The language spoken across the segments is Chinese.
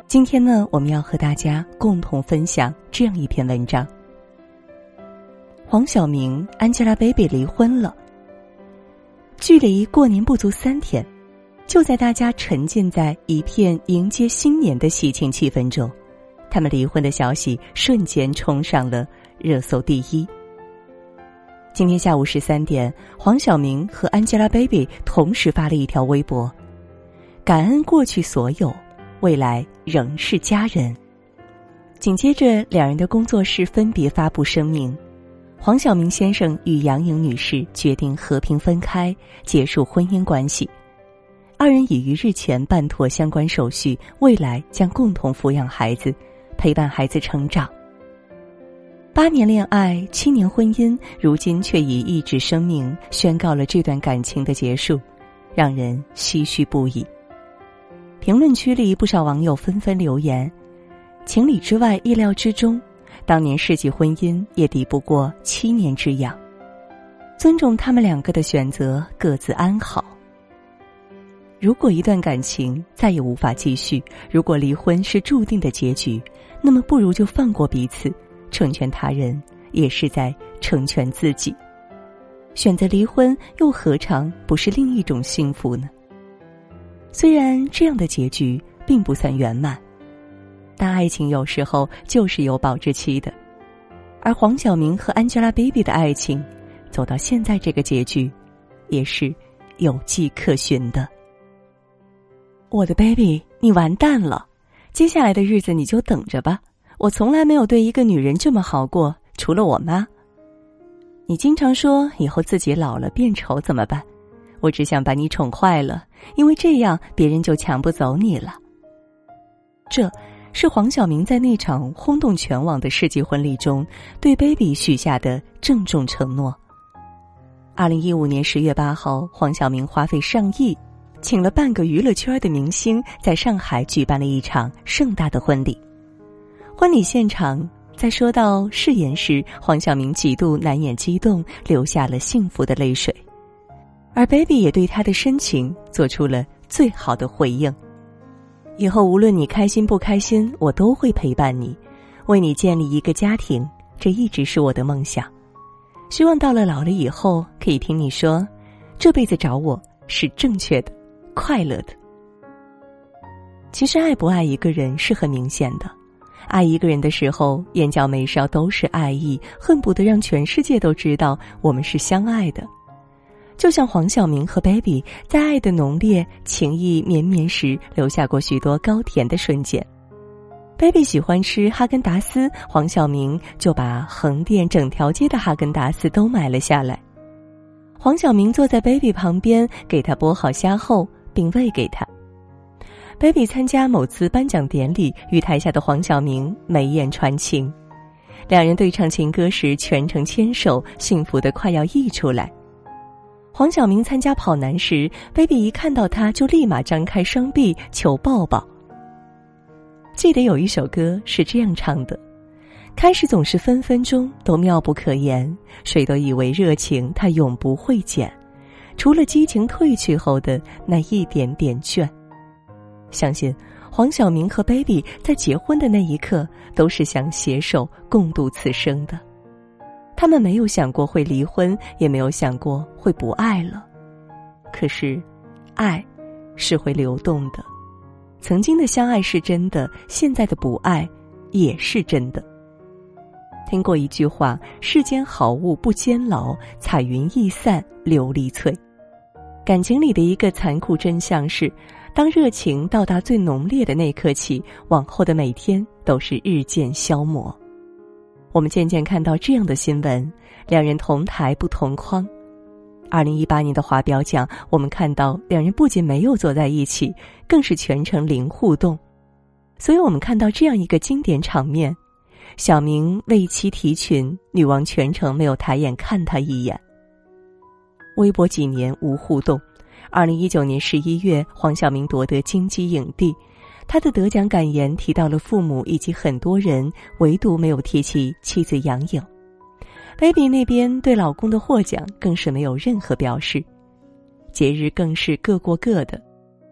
今天呢，我们要和大家共同分享这样一篇文章。黄晓明 Angelababy 离婚了，距离过年不足3天，就在大家沉浸在一片迎接新年的喜庆气氛中，他们离婚的消息瞬间冲上了热搜第一。今天下午13点，黄晓明和 Angelababy 同时发了一条微博，感恩过去所有，未来仍是家人。紧接着两人的工作室分别发布声明，黄晓明先生与杨颖女士决定和平分开，结束婚姻关系。二人已于日前办妥相关手续，未来将共同抚养孩子，陪伴孩子成长。8年恋爱，7年婚姻，如今却以一纸声明宣告了这段感情的结束，让人唏嘘不已。评论区里不少网友纷纷留言，情理之外，意料之中，当年世纪婚姻也抵不过7年之痒，尊重他们两个的选择，各自安好。如果一段感情再也无法继续，如果离婚是注定的结局，那么不如就放过彼此，成全他人也是在成全自己。选择离婚又何尝不是另一种幸福呢？虽然这样的结局并不算圆满，但爱情有时候就是有保质期的。而黄晓明和 Angelababy 的爱情走到现在这个结局，也是有迹可循的。我的 baby， 你完蛋了，接下来的日子你就等着吧，我从来没有对一个女人这么好过，除了我妈。你经常说以后自己老了变丑怎么办？我只想把你宠坏了，因为这样别人就抢不走你了。这是黄晓明在那场轰动全网的世纪婚礼中对 baby 许下的郑重承诺。2015年10月8号，黄晓明花费上亿，请了半个娱乐圈的明星，在上海举办了一场盛大的婚礼。婚礼现场，在说到誓言时，黄晓明几度难掩激动，流下了幸福的泪水。而 baby 也对他的深情做出了最好的回应。以后无论你开心不开心，我都会陪伴你，为你建立一个家庭，这一直是我的梦想。希望到了老了以后，可以听你说，这辈子找我是正确的，快乐的。其实爱不爱一个人是很明显的，爱一个人的时候，眼角眉梢都是爱意，恨不得让全世界都知道我们是相爱的。就像黄晓明和 baby 在爱的浓烈、情意绵绵时留下过许多高甜的瞬间。baby 喜欢吃哈根达斯，黄晓明就把横店整条街的哈根达斯都买了下来。黄晓明坐在 baby 旁边，给他剥好虾后并喂给他。baby 参加某次颁奖典礼，与台下的黄晓明眉眼传情，两人对唱情歌时全程牵手，幸福的快要溢出来。黄晓明参加跑男时， baby 一看到他就立马张开双臂求抱抱。记得有一首歌是这样唱的，开始总是分分钟都妙不可言，谁都以为热情它永不会减，除了激情褪去后的那一点点倦。相信黄晓明和 baby 在结婚的那一刻都是想携手共度此生的。他们没有想过会离婚，也没有想过会不爱了。可是爱是会流动的，曾经的相爱是真的，现在的不爱也是真的。听过一句话，世间好物不坚牢，彩云易散琉璃脆。感情里的一个残酷真相是，当热情到达最浓烈的那刻起，往后的每天都是日渐消磨。我们渐渐看到这样的新闻，两人同台不同框。2018年的华表奖，我们看到两人不仅没有坐在一起，更是全程零互动。所以我们看到这样一个经典场面，小明为妻提裙，女王全程没有抬眼看他一眼。微博几年无互动，2019年11月，黄晓明夺得金鸡影帝，他的得奖感言提到了父母以及很多人，唯独没有提起妻子杨颖。baby 那边对老公的获奖更是没有任何表示，节日更是各过各的。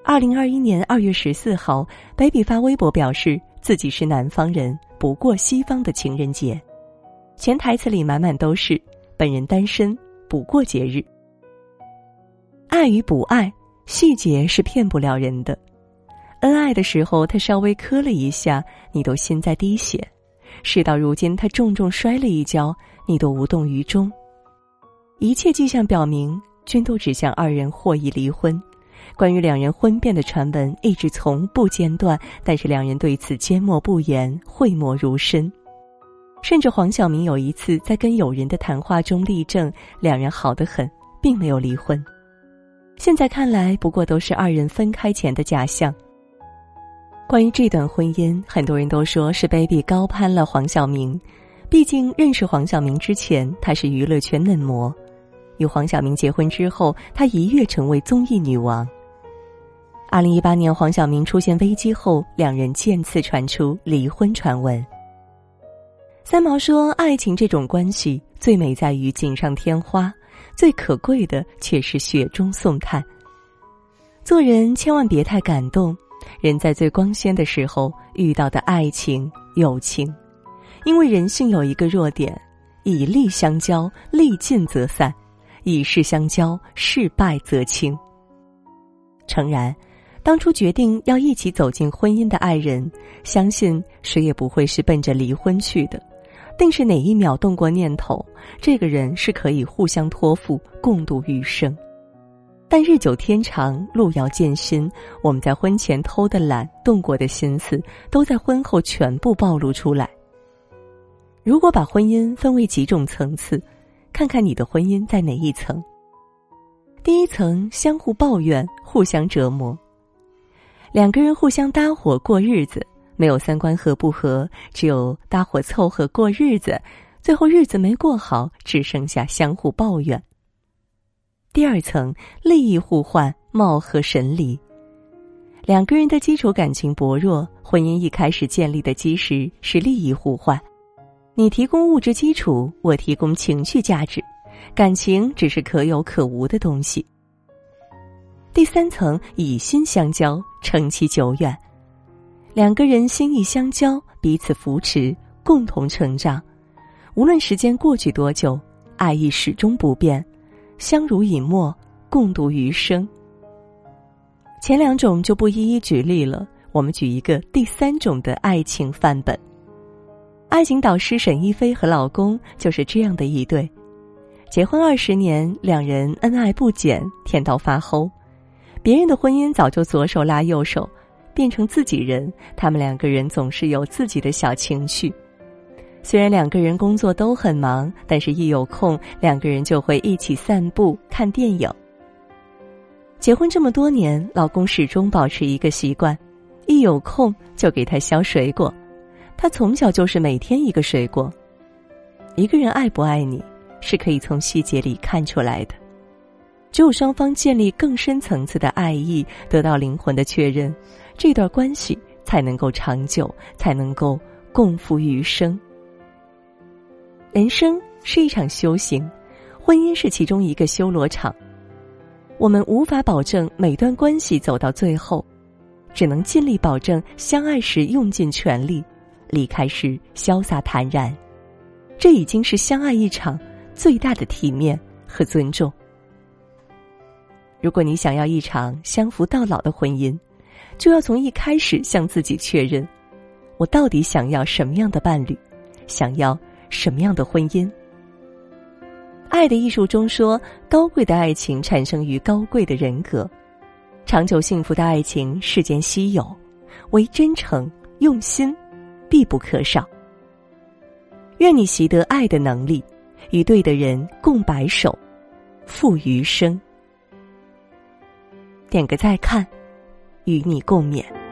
2021年2月14号 ，baby 发微博表示自己是南方人，不过西方的情人节。潜台词里满满都是本人单身，不过节日。爱与不爱，细节是骗不了人的。恩爱的时候，他稍微磕了一下，你都心在滴血；事到如今，他重重摔了一跤，你都无动于衷。一切迹象表明，均都指向二人或已离婚。关于两人婚变的传闻一直从不间断，但是两人对此缄默不言，讳莫如深。甚至黄晓明有一次在跟友人的谈话中力证，两人好得很，并没有离婚。现在看来，不过都是二人分开前的假象。关于这段婚姻，很多人都说是 baby 高攀了黄晓明，毕竟认识黄晓明之前，她是娱乐圈嫩模。与黄晓明结婚之后，她一跃成为综艺女王。2018年黄晓明出现危机后，两人渐次传出离婚传闻。三毛说，爱情这种关系最美在于锦上添花，最可贵的却是雪中送炭。做人千万别太感动，人在最光鲜的时候遇到的爱情、友情，因为人性有一个弱点，以利相交，利尽则散；以势相交，事败则轻。诚然，当初决定要一起走进婚姻的爱人，相信谁也不会是奔着离婚去的，定是哪一秒动过念头，这个人是可以互相托付，共度余生。但日久天长，路遥见深，我们在婚前偷的懒，动过的心思，都在婚后全部暴露出来。如果把婚姻分为几种层次，看看你的婚姻在哪一层。第一层，相互抱怨，互相折磨。两个人互相搭伙过日子，没有三观合不合，只有搭伙凑合过日子，最后日子没过好，只剩下相互抱怨。第二层，利益互换，貌合神离。两个人的基础感情薄弱，婚姻一开始建立的基石是利益互换，你提供物质基础，我提供情绪价值，感情只是可有可无的东西。第三层，以心相交，长期久远。两个人心意相交，彼此扶持，共同成长。无论时间过去多久，爱意始终不变，相濡以沫，共度余生。前两种就不一一举例了，我们举一个第三种的爱情范本。爱情导师沈一菲和老公就是这样的一对。结婚20年，两人恩爱不减，甜到发齁。别人的婚姻早就左手拉右手，变成自己人，他们两个人总是有自己的小情绪。虽然两个人工作都很忙，但是一有空，两个人就会一起散步、看电影。结婚这么多年，老公始终保持一个习惯，一有空就给他削水果。他从小就是每天一个水果。一个人爱不爱你，是可以从细节里看出来的。只有双方建立更深层次的爱意，得到灵魂的确认，这段关系才能够长久，才能够共赴余生。人生是一场修行，婚姻是其中一个修罗场。我们无法保证每段关系走到最后，只能尽力保证相爱时用尽全力，离开时潇洒坦然。这已经是相爱一场最大的体面和尊重。如果你想要一场相扶到老的婚姻，就要从一开始向自己确认，我到底想要什么样的伴侣，想要什么样的婚姻。爱的艺术中说，高贵的爱情产生于高贵的人格。长久幸福的爱情世间稀有，唯真诚用心必不可少。愿你习得爱的能力，与对的人共白首，赴余生。点个再看，与你共勉。